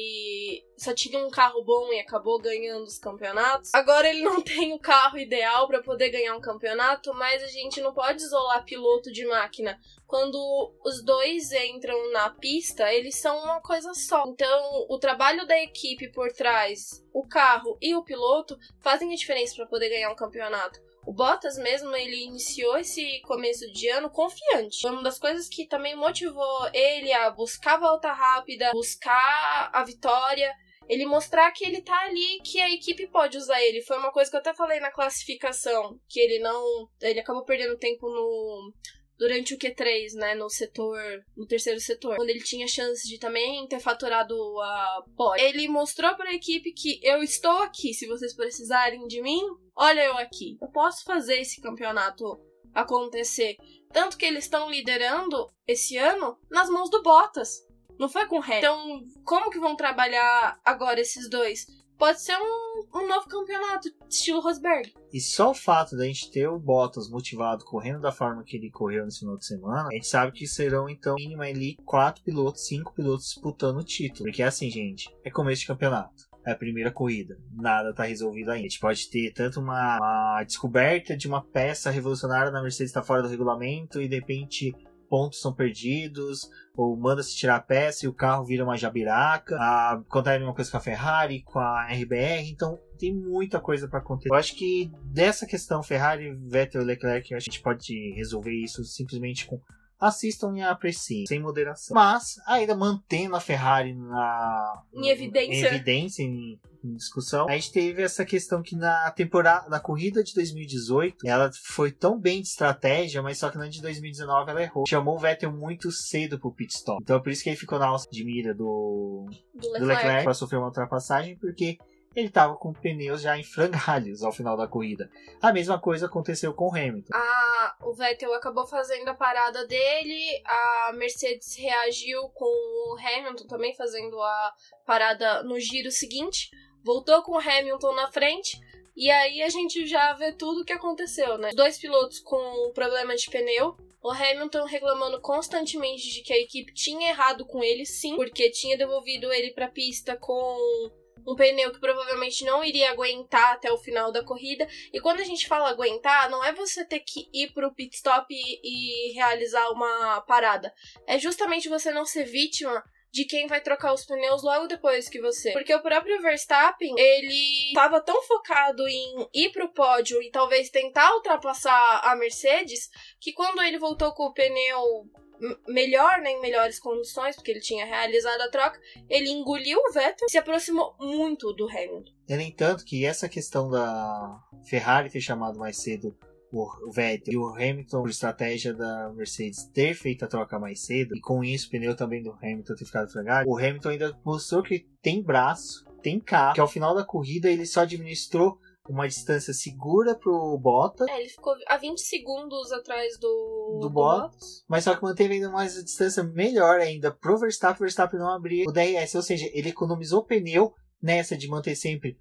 Ele só tinha um carro bom e acabou ganhando os campeonatos. Agora ele não tem o carro ideal pra poder ganhar um campeonato, mas a gente não pode isolar piloto de máquina. Quando os dois entram na pista, eles são uma coisa só. Então, o trabalho da equipe por trás, o carro e o piloto fazem a diferença para poder ganhar um campeonato. O Bottas mesmo, ele iniciou esse começo de ano confiante. Foi uma das coisas que também motivou ele a buscar a volta rápida, buscar a vitória, ele mostrar que ele tá ali, que a equipe pode usar ele. Foi uma coisa que eu até falei na classificação, que ele acabou perdendo tempo durante o Q3, né, no terceiro setor, quando ele tinha chance de também ter faturado a pole. Ele mostrou para a equipe que eu estou aqui, se vocês precisarem de mim, olha eu aqui. Eu posso fazer esse campeonato acontecer. Tanto que eles estão liderando esse ano nas mãos do Bottas. Não foi com o Hamilton. Então, como que vão trabalhar agora esses dois? Pode ser um novo campeonato, estilo Rosberg. E só o fato da gente ter o Bottas motivado, correndo da forma que ele correu nesse final de semana, a gente sabe que serão, então, mínimo ali 4 pilotos, 5 pilotos disputando o título. Porque assim, gente, é começo de campeonato. É a primeira corrida. Nada tá resolvido ainda. A gente pode ter tanto uma descoberta de uma peça revolucionária na Mercedes tá fora do regulamento e de repente pontos são perdidos, ou manda-se tirar a peça e o carro vira uma jabiraca. Acontece a mesma coisa com a Ferrari, com a RBR, então tem muita coisa para acontecer. Eu acho que dessa questão Ferrari, Vettel e Leclerc, a gente pode resolver isso simplesmente com assistam e apreciem, sem moderação. Mas, ainda mantendo a Ferrari em evidência, em discussão, a gente teve essa questão que na corrida de 2018, ela foi tão bem de estratégia, mas só que na de 2019 ela errou. Chamou o Vettel muito cedo pro pit stop. Então é por isso que ele ficou na alça de mira do Leclerc para sofrer uma ultrapassagem, porque ele estava com pneus já em frangalhos ao final da corrida. A mesma coisa aconteceu com o Hamilton. O Vettel acabou fazendo a parada dele, a Mercedes reagiu com o Hamilton também fazendo a parada no giro seguinte, voltou com o Hamilton na frente, e aí a gente já vê tudo o que aconteceu, né? Os dois pilotos com problema de pneu, o Hamilton reclamando constantemente de que a equipe tinha errado com ele, sim, porque tinha devolvido ele para a pista com um pneu que provavelmente não iria aguentar até o final da corrida. E quando a gente fala aguentar, não é você ter que ir pro pit stop e realizar uma parada. É justamente você não ser vítima de quem vai trocar os pneus logo depois que você. Porque o próprio Verstappen, ele estava tão focado em ir pro pódio e talvez tentar ultrapassar a Mercedes, que quando ele voltou com o pneu melhor, né, em melhores condições, porque ele tinha realizado a troca, ele engoliu o Vettel e se aproximou muito do Hamilton. É, nem tanto que essa questão da Ferrari ter chamado mais cedo o Vettel e o Hamilton, por estratégia da Mercedes ter feito a troca mais cedo, e com isso o pneu também do Hamilton ter ficado frangado, o Hamilton ainda mostrou que tem braço, tem carro, que ao final da corrida ele só administrou uma distância segura pro Bottas. Ele ficou a 20 segundos atrás do Bottas, mas só que manteve ainda mais a distância melhor ainda pro Verstappen. O Verstappen não abria o DRS, ou seja, ele economizou pneu nessa de manter sempre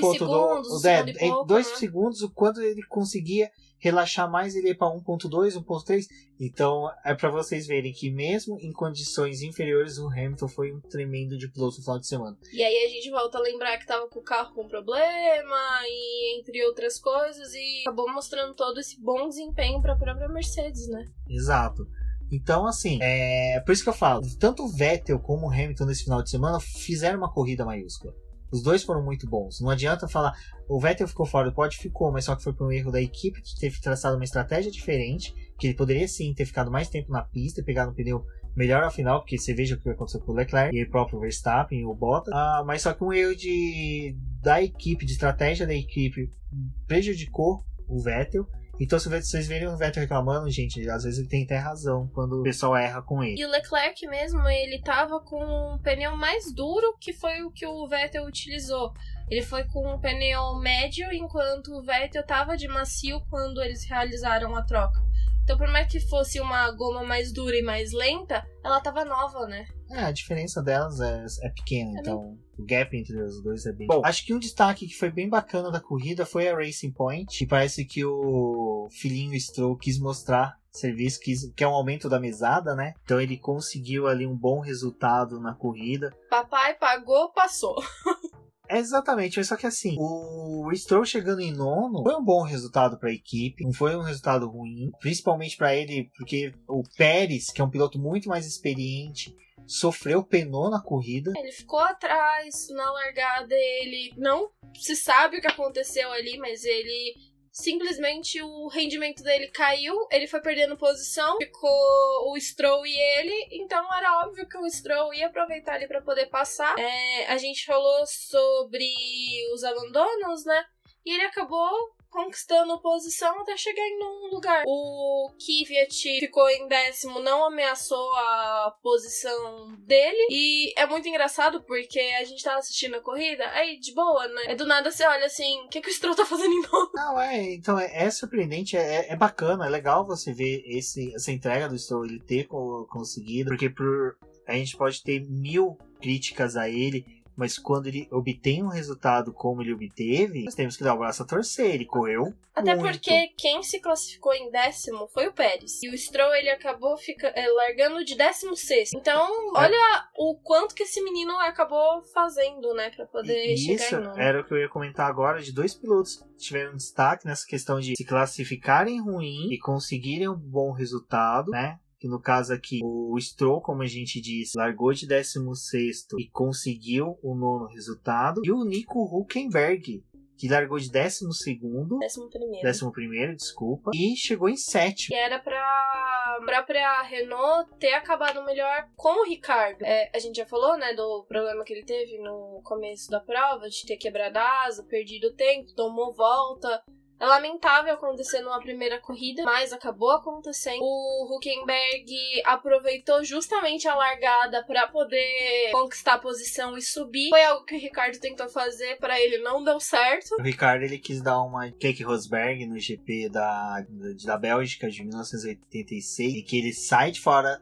2 segundos, o quanto ele conseguia relaxar mais, ele ia para 1.2, 1.3. Então é para vocês verem que mesmo em condições inferiores o Hamilton foi um tremendo de piloto no final de semana. E aí a gente volta a lembrar que tava com o carro com problema e entre outras coisas, e acabou mostrando todo esse bom desempenho para a própria Mercedes, né? Exato. Então, assim, por isso que eu falo, tanto o Vettel como o Hamilton nesse final de semana fizeram uma corrida maiúscula. Os dois foram muito bons. Não adianta falar, o Vettel ficou fora do pódio, ficou, mas só que foi por um erro da equipe que teve traçado uma estratégia diferente, que ele poderia sim ter ficado mais tempo na pista e pegado um pneu melhor ao final, porque você veja o que aconteceu com o Leclerc e o próprio Verstappen e o Bottas. Mas só que um erro da equipe, de estratégia da equipe, prejudicou o Vettel. Então, se vocês verem o Vettel reclamando, gente, às vezes ele tem até razão quando o pessoal erra com ele. E o Leclerc mesmo, ele tava com um pneu mais duro, que foi o que o Vettel utilizou. Ele foi com um pneu médio, enquanto o Vettel tava de macio quando eles realizaram a troca. Então, por mais que fosse uma goma mais dura e mais lenta, ela tava nova, né? A diferença delas é pequena, então o gap entre os dois é bem... Bom, acho que um destaque que foi bem bacana da corrida foi a Racing Point, que parece que o filhinho Stroll quis mostrar serviço, que é um aumento da mesada, né? Então ele conseguiu ali um bom resultado na corrida. Papai pagou, passou. Exatamente, mas só que assim, o Stroll chegando em nono foi um bom resultado para a equipe, não foi um resultado ruim, principalmente para ele, porque o Pérez, que é um piloto muito mais experiente, penou na corrida. Ele ficou atrás na largada, ele não se sabe o que aconteceu ali, mas ele simplesmente o rendimento dele caiu, ele foi perdendo posição, ficou o Stroll e ele, então era óbvio que o Stroll ia aproveitar ali para poder passar. A gente falou sobre os abandonos, né? E ele acabou conquistando posição até chegar em um lugar. O Kvyat ficou em 10º, não ameaçou a posição dele. E é muito engraçado porque a gente tava assistindo a corrida, aí de boa, né? Do nada você olha assim, o que o Stroll tá fazendo em novo? Não, então é surpreendente, é bacana, é legal você ver essa entrega do Stroll, ele ter conseguido, porque a gente pode ter 1000 críticas a ele, mas quando ele obtém um resultado como ele obteve, nós temos que dar o braço a torcer. Ele correu até muito. Porque quem se classificou em 10º foi o Pérez. E o Stroll, ele acabou largando de 16º. Então, olha o quanto que esse menino acabou fazendo, né, pra poder chegar isso em nono. era o que eu ia comentar agora, de 2 pilotos que tiveram destaque nessa questão de se classificarem ruim e conseguirem um bom resultado, né? Que no caso aqui, o Stroll, como a gente disse, largou de 16º e conseguiu o 9º resultado. E o Nico Hülkenberg, que largou de 12º, 11º, desculpa, e chegou em 7º. E era pra própria Renault ter acabado melhor com o Ricardo. A gente já falou, né, do problema que ele teve no começo da prova, de ter quebrado a asa, perdido tempo, tomou volta. É lamentável acontecer numa primeira corrida, mas acabou acontecendo. O Hülkenberg aproveitou justamente a largada para poder conquistar a posição e subir. Foi algo que o Ricardo tentou fazer, para ele não deu certo. O Ricardo, ele quis dar uma Keke Rosberg no GP da Bélgica de 1986, em que ele sai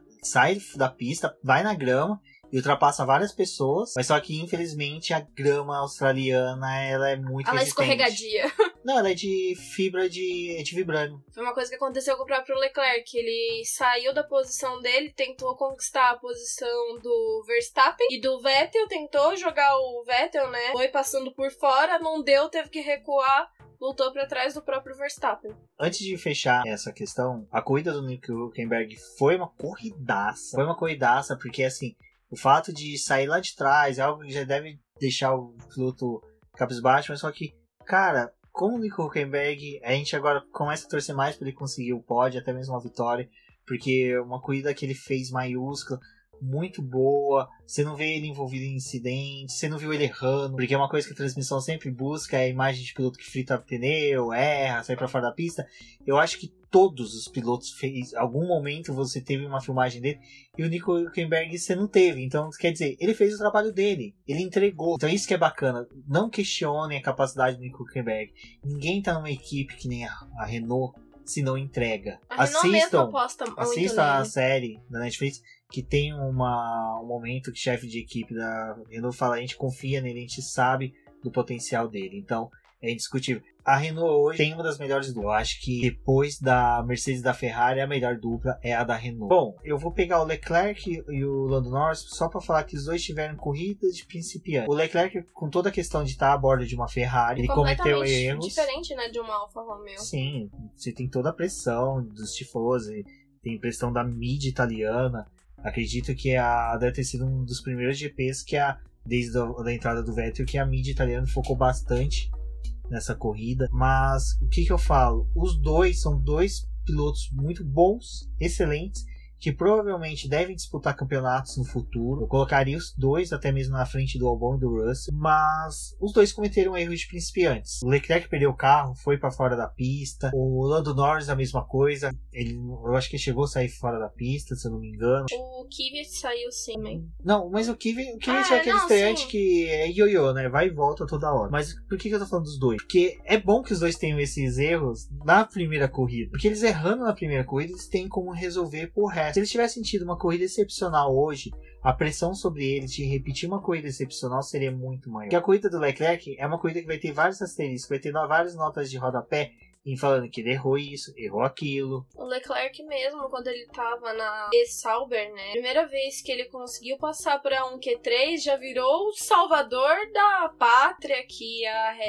da pista, vai na grama e ultrapassa várias pessoas, mas só que infelizmente a grama australiana ela é muito resistente. Escorregadia. Não, ela é de fibra de vibrânio. Foi uma coisa que aconteceu com o próprio Leclerc. Ele saiu da posição dele, tentou conquistar a posição do Verstappen e do Vettel, tentou jogar o Vettel, né? Foi passando por fora, não deu, teve que recuar, lutou pra trás do próprio Verstappen. Antes de fechar essa questão, a corrida do Nico Hülkenberg foi uma corridaça. Foi uma corridaça porque, assim, o fato de sair lá de trás é algo que já deve deixar o piloto cabisbaixo, mas só que, cara, como o Nico Hülkenberg, a gente agora começa a torcer mais para ele conseguir o pódio, até mesmo uma vitória, porque é uma corrida que ele fez maiúscula, muito boa, você não vê ele envolvido em incidentes, você não viu ele errando, porque é uma coisa que a transmissão sempre busca, é a imagem de piloto que frita pneu, erra, sai para fora da pista. Eu acho que todos os pilotos fez, algum momento você teve uma filmagem dele, e o Nico Hülkenberg você não teve, então quer dizer, ele fez o trabalho dele, ele entregou, então isso que é bacana, não questionem a capacidade do Nico Hülkenberg, ninguém tá numa equipe que nem a Renault se não entrega. A Renault mesmo aposta muito assistam nele. a série da Netflix, que tem um momento que o chefe de equipe da Renault fala, a gente confia nele, a gente sabe do potencial dele, então é indiscutível. A Renault hoje tem uma das melhores duplas. Eu acho que depois da Mercedes e da Ferrari, a melhor dupla é a da Renault. Bom, eu vou pegar o Leclerc e o Lando Norris só para falar que os dois tiveram corridas de principiante. O Leclerc, com toda a questão de estar a bordo de uma Ferrari, ele cometeu erros. Diferente, né, de uma Alfa Romeo. Sim, você tem toda a pressão dos tifosi, tem pressão da mídia italiana. Acredito que deve ter sido um dos primeiros GPs que desde a entrada do Vettel, que a mídia italiana focou bastante nessa corrida, mas o que eu falo? Os dois são dois pilotos muito bons, excelentes, que provavelmente devem disputar campeonatos no futuro. Eu colocaria os dois até mesmo na frente do Albon e do Russell, mas os dois cometeram erros de principiantes. O Leclerc perdeu o carro, foi para fora da pista. O Lando Norris a mesma coisa. Eu acho que ele chegou a sair fora da pista, se eu não me engano. O Kvyat saiu sim, né? Não, mas o Kvyat é aquele estreante que é ioiô, né? Vai e volta toda hora. Mas por que eu tô falando dos dois? Porque é bom que os dois tenham esses erros na primeira corrida. Porque eles errando na primeira corrida, eles têm como resolver por resto. Se eles tivessem tido uma corrida excepcional hoje, a pressão sobre eles de repetir uma corrida excepcional seria muito maior. Porque a corrida do Leclerc é uma corrida que vai ter vários asteriscos, vai ter várias notas de rodapé em falando que ele errou isso, errou aquilo. O Leclerc mesmo, quando ele tava na Sauber, né? Primeira vez que ele conseguiu passar pra um Q3, já virou o salvador da pátria, que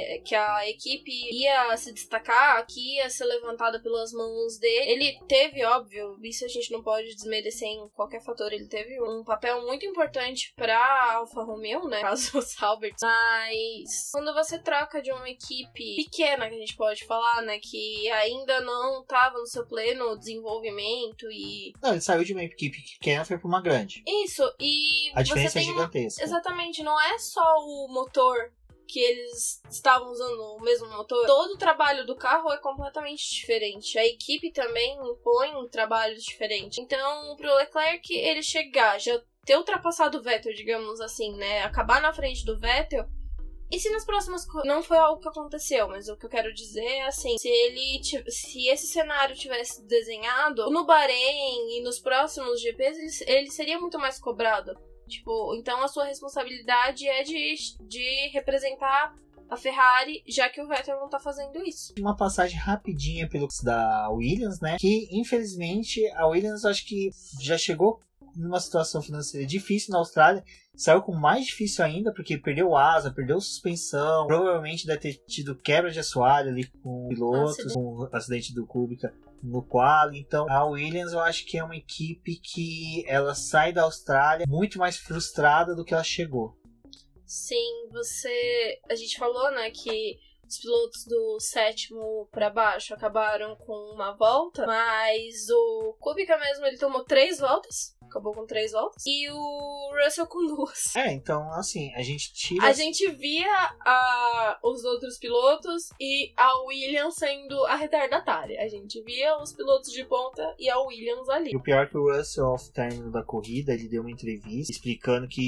a equipe ia se destacar, que ia ser levantada pelas mãos dele. Ele teve, óbvio, isso a gente não pode desmerecer em qualquer fator, ele teve um papel muito importante pra Alfa Romeo, né? Caso o Sauber. Mas quando você troca de uma equipe pequena, que a gente pode falar, né? Que ainda não estava no seu pleno desenvolvimento e... Não, ele saiu de uma equipe pequena e foi para uma grande. Isso, e a diferença é gigantesca. Exatamente, não é só o motor que eles estavam usando o mesmo motor. Todo o trabalho do carro é completamente diferente. A equipe também impõe trabalhos diferentes. Então, pro Leclerc, ele chegar, já ter ultrapassado o Vettel, digamos assim, né? Acabar na frente do Vettel. E se nas próximas... Não foi algo que aconteceu, mas o que eu quero dizer é assim, se esse cenário tivesse desenhado no Bahrein e nos próximos GPs, ele seria muito mais cobrado. Tipo, então a sua responsabilidade é de representar a Ferrari, já que o Vettel não tá fazendo isso. Uma passagem rapidinha pelo da Williams, né? Que, infelizmente, a Williams acho que já chegou numa situação financeira difícil na Austrália. Saiu com mais difícil ainda, porque perdeu asa, perdeu suspensão. Provavelmente deve ter tido quebra de assoalho ali com pilotos, com o acidente do Kubica no quali. Então, a Williams eu acho que é uma equipe que ela sai da Austrália muito mais frustrada do que ela chegou. Sim, a gente falou, né, que os pilotos do 7º pra baixo acabaram com uma volta, mas o Kubica mesmo, ele tomou 3 voltas, acabou com 3 voltas, e o Russell com 2. Então, assim, a gente tira... A gente via os outros pilotos e a Williams sendo a retardatária. A gente via os pilotos de ponta e a Williams ali. E o pior é que o Russell, ao término da corrida, ele deu uma entrevista explicando que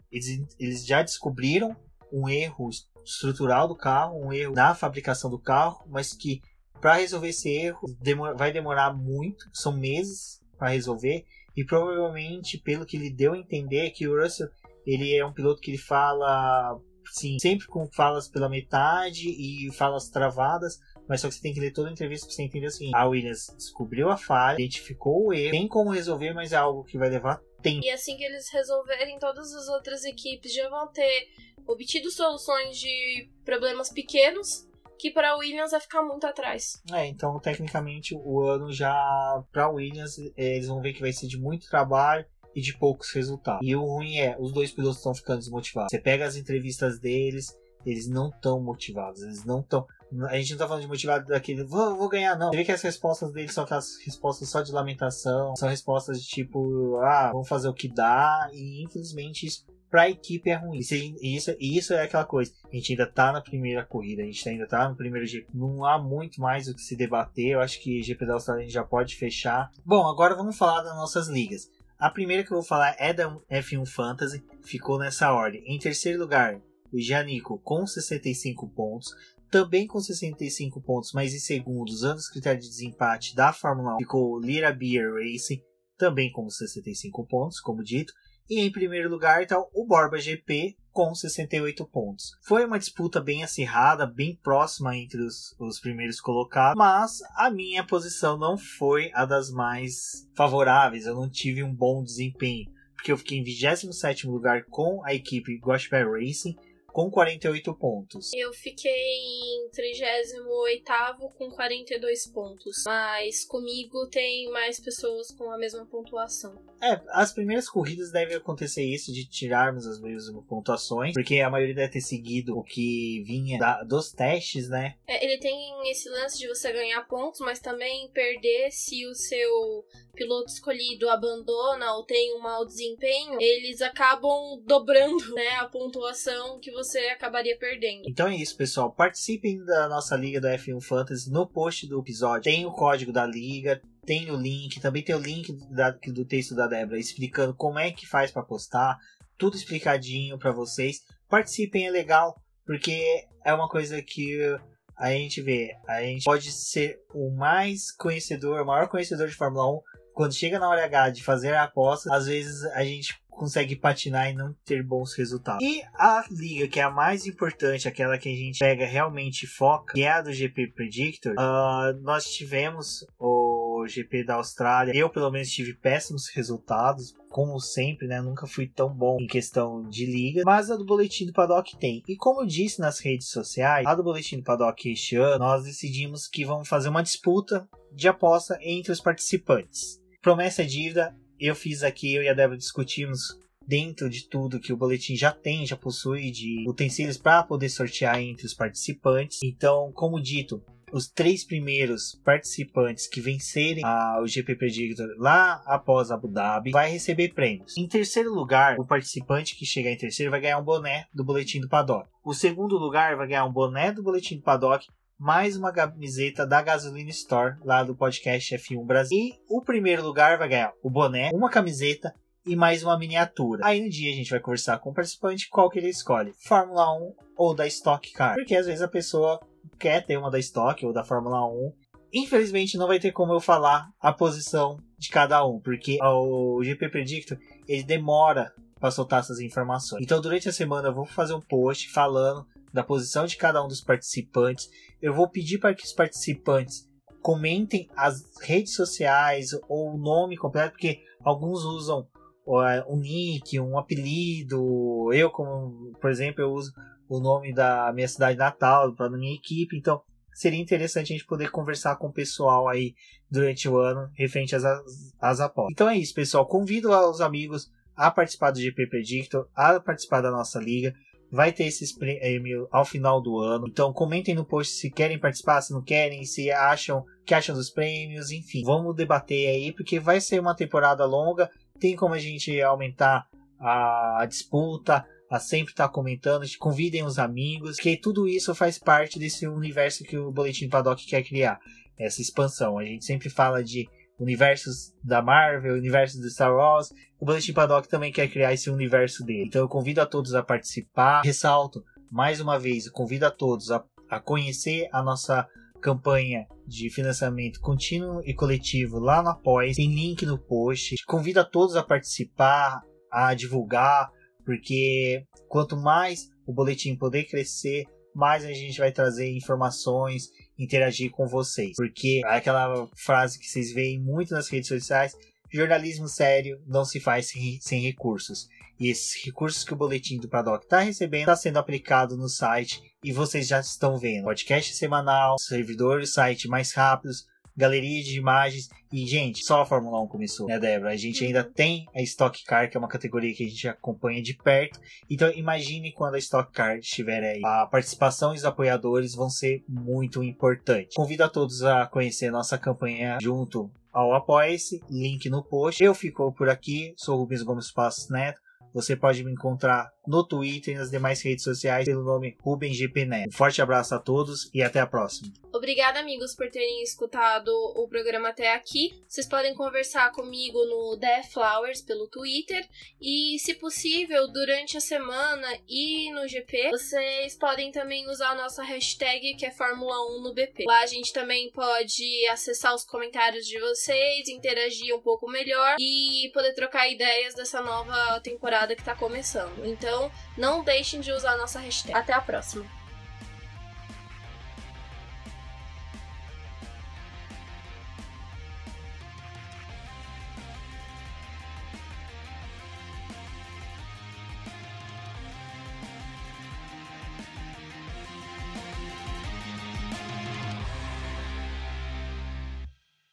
eles já descobriram um erro estrutural do carro, um erro na fabricação do carro, mas que para resolver esse erro vai demorar muito, são meses para resolver, e provavelmente, pelo que ele deu a entender, que o Russell, ele é um piloto que ele fala, sim, sempre com falas pela metade e falas travadas, mas só que você tem que ler toda a entrevista para você entender assim, a Williams descobriu a falha, identificou o erro, tem como resolver, mas é algo que vai levar tempo. E assim que eles resolverem, todas as outras equipes já vão ter obtido soluções de problemas pequenos, que para a Williams vai ficar muito atrás. Então, tecnicamente, o ano já para a Williams, eles vão ver que vai ser de muito trabalho e de poucos resultados. E o ruim os dois pilotos estão ficando desmotivados. Você pega as entrevistas deles, eles não estão motivados, eles não estão... A gente não tá falando de motivado daquele, vou ganhar, não. Você vê que as respostas deles são aquelas respostas só de lamentação, são respostas de tipo, vamos fazer o que dá, e infelizmente isso pra equipe é ruim. Isso é aquela coisa. A gente ainda tá na primeira corrida, a gente ainda tá no primeiro GP. Não há muito mais o que se debater. Eu acho que GP da Austrália a gente já pode fechar. Bom, agora vamos falar das nossas ligas. A primeira que eu vou falar é da F1 Fantasy, ficou nessa ordem. Em terceiro lugar, o Giannico com 65 pontos. Também com 65 pontos, mas em segundo, usando os critérios de desempate da Fórmula 1, ficou Lira Beer Racing, também com 65 pontos, como dito. E em primeiro lugar está o Borba GP com 68 pontos. Foi uma disputa bem acirrada, bem próxima entre os primeiros colocados, mas a minha posição não foi a das mais favoráveis, eu não tive um bom desempenho, porque eu fiquei em 27º lugar com a equipe Gosh Bear Racing, com 48 pontos. Eu fiquei em 38º com 42 pontos, mas comigo tem mais pessoas com a mesma pontuação. As primeiras corridas deve acontecer isso, de tirarmos as mesmas pontuações, porque a maioria deve ter seguido o que vinha dos testes, né? Ele tem esse lance de você ganhar pontos, mas também perder se o seu piloto escolhido abandona ou tem um mau desempenho, eles acabam dobrando, né, a pontuação que você acabaria perdendo. Então é isso, pessoal. Participem da nossa liga do F1 Fantasy. No post do episódio tem o código da liga, tem o link, também tem o link do texto da Débora explicando como é que faz para postar, tudo explicadinho para vocês. Participem, é legal, porque é uma coisa que a gente vê, a gente pode ser o maior conhecedor de Fórmula 1. Quando chega na hora H de fazer a aposta, às vezes a gente consegue patinar e não ter bons resultados. E a liga que é a mais importante, aquela que a gente pega realmente foca, que é a do GP Predictor, nós tivemos o GP da Austrália. Eu pelo menos tive péssimos resultados, como sempre, né? Nunca fui tão bom em questão de liga, mas a do Boletim do Paddock tem. E como eu disse nas redes sociais, a do Boletim do Paddock este ano, nós decidimos que vamos fazer uma disputa de aposta entre os participantes. Promessa é dívida. Eu fiz aqui, eu e a Débora discutimos dentro de tudo que o boletim já possui de utensílios para poder sortear entre os participantes. Então, como dito, os 3 primeiros participantes que vencerem o GP Predictor lá após Abu Dhabi vai receber prêmios. Em terceiro lugar, o participante que chegar em terceiro vai ganhar um boné do Boletim do Paddock. O segundo lugar vai ganhar um boné do Boletim do Paddock, mais uma camiseta da Gasolina Store, lá do podcast F1 Brasil. E o primeiro lugar vai ganhar o boné, uma camiseta e mais uma miniatura. Aí no dia a gente vai conversar com o participante qual que ele escolhe, Fórmula 1 ou da Stock Car. Porque às vezes a pessoa quer ter uma da Stock ou da Fórmula 1. Infelizmente não vai ter como eu falar a posição de cada um, porque o GP Predictor ele demora para soltar essas informações. Então, durante a semana eu vou fazer um post falando da posição de cada um dos participantes. Eu vou pedir para que os participantes comentem as redes sociais ou o nome completo, porque alguns usam um nick, um apelido. Eu, como, por exemplo, eu uso o nome da minha cidade natal para minha equipe. Então, seria interessante a gente poder conversar com o pessoal aí durante o ano, referente às apostas. Então é isso, pessoal. Convido os amigos a participar do GP Predictor, a participar da nossa liga. Vai ter esses prêmios ao final do ano. Então comentem no post se querem participar, se não querem, se acham que acham dos prêmios, enfim. Vamos debater aí, porque vai ser uma temporada longa. Tem como a gente aumentar a disputa, a sempre estar comentando. Convidem os amigos, que tudo isso faz parte desse universo que o Boletim do Paddock quer criar. Essa expansão. A gente sempre fala de universos da Marvel, universos do Star Wars. O Boletim Paddock também quer criar esse universo dele. Então eu convido a todos a participar. Ressalto, mais uma vez, eu convido a todos a conhecer a nossa campanha de financiamento contínuo e coletivo lá no Apoia. Tem link no post. Convido a todos a participar, a divulgar, porque quanto mais o boletim poder crescer, mais a gente vai trazer informações, interagir com vocês. Porque é aquela frase que vocês veem muito nas redes sociais: jornalismo sério não se faz sem recursos. E esses recursos que o Boletim do Paddock está recebendo, está sendo aplicado no site, e vocês já estão vendo. Podcast semanal, servidores, site mais rápidos, galeria de imagens. E, gente, só a Fórmula 1 começou, né, Débora? A gente ainda tem a Stock Car, que é uma categoria que a gente acompanha de perto. Então, imagine quando a Stock Car estiver aí. A participação e os apoiadores vão ser muito importantes. Convido a todos a conhecer nossa campanha junto ao Apoia-se, link no post. Eu fico por aqui, sou o Rubens Gomes Passos Neto. Você pode me encontrar no Twitter e nas demais redes sociais pelo nome RubensGP Neto. Um forte abraço a todos e até a próxima. Obrigada, amigos, por terem escutado o programa até aqui. Vocês podem conversar comigo no The Flowers pelo Twitter. E, se possível, durante a semana e no GP, vocês podem também usar a nossa hashtag, que é Fórmula 1 no BP. Lá a gente também pode acessar os comentários de vocês, interagir um pouco melhor e poder trocar ideias dessa nova temporada que tá começando. Então, não deixem de usar a nossa hashtag. Até a próxima!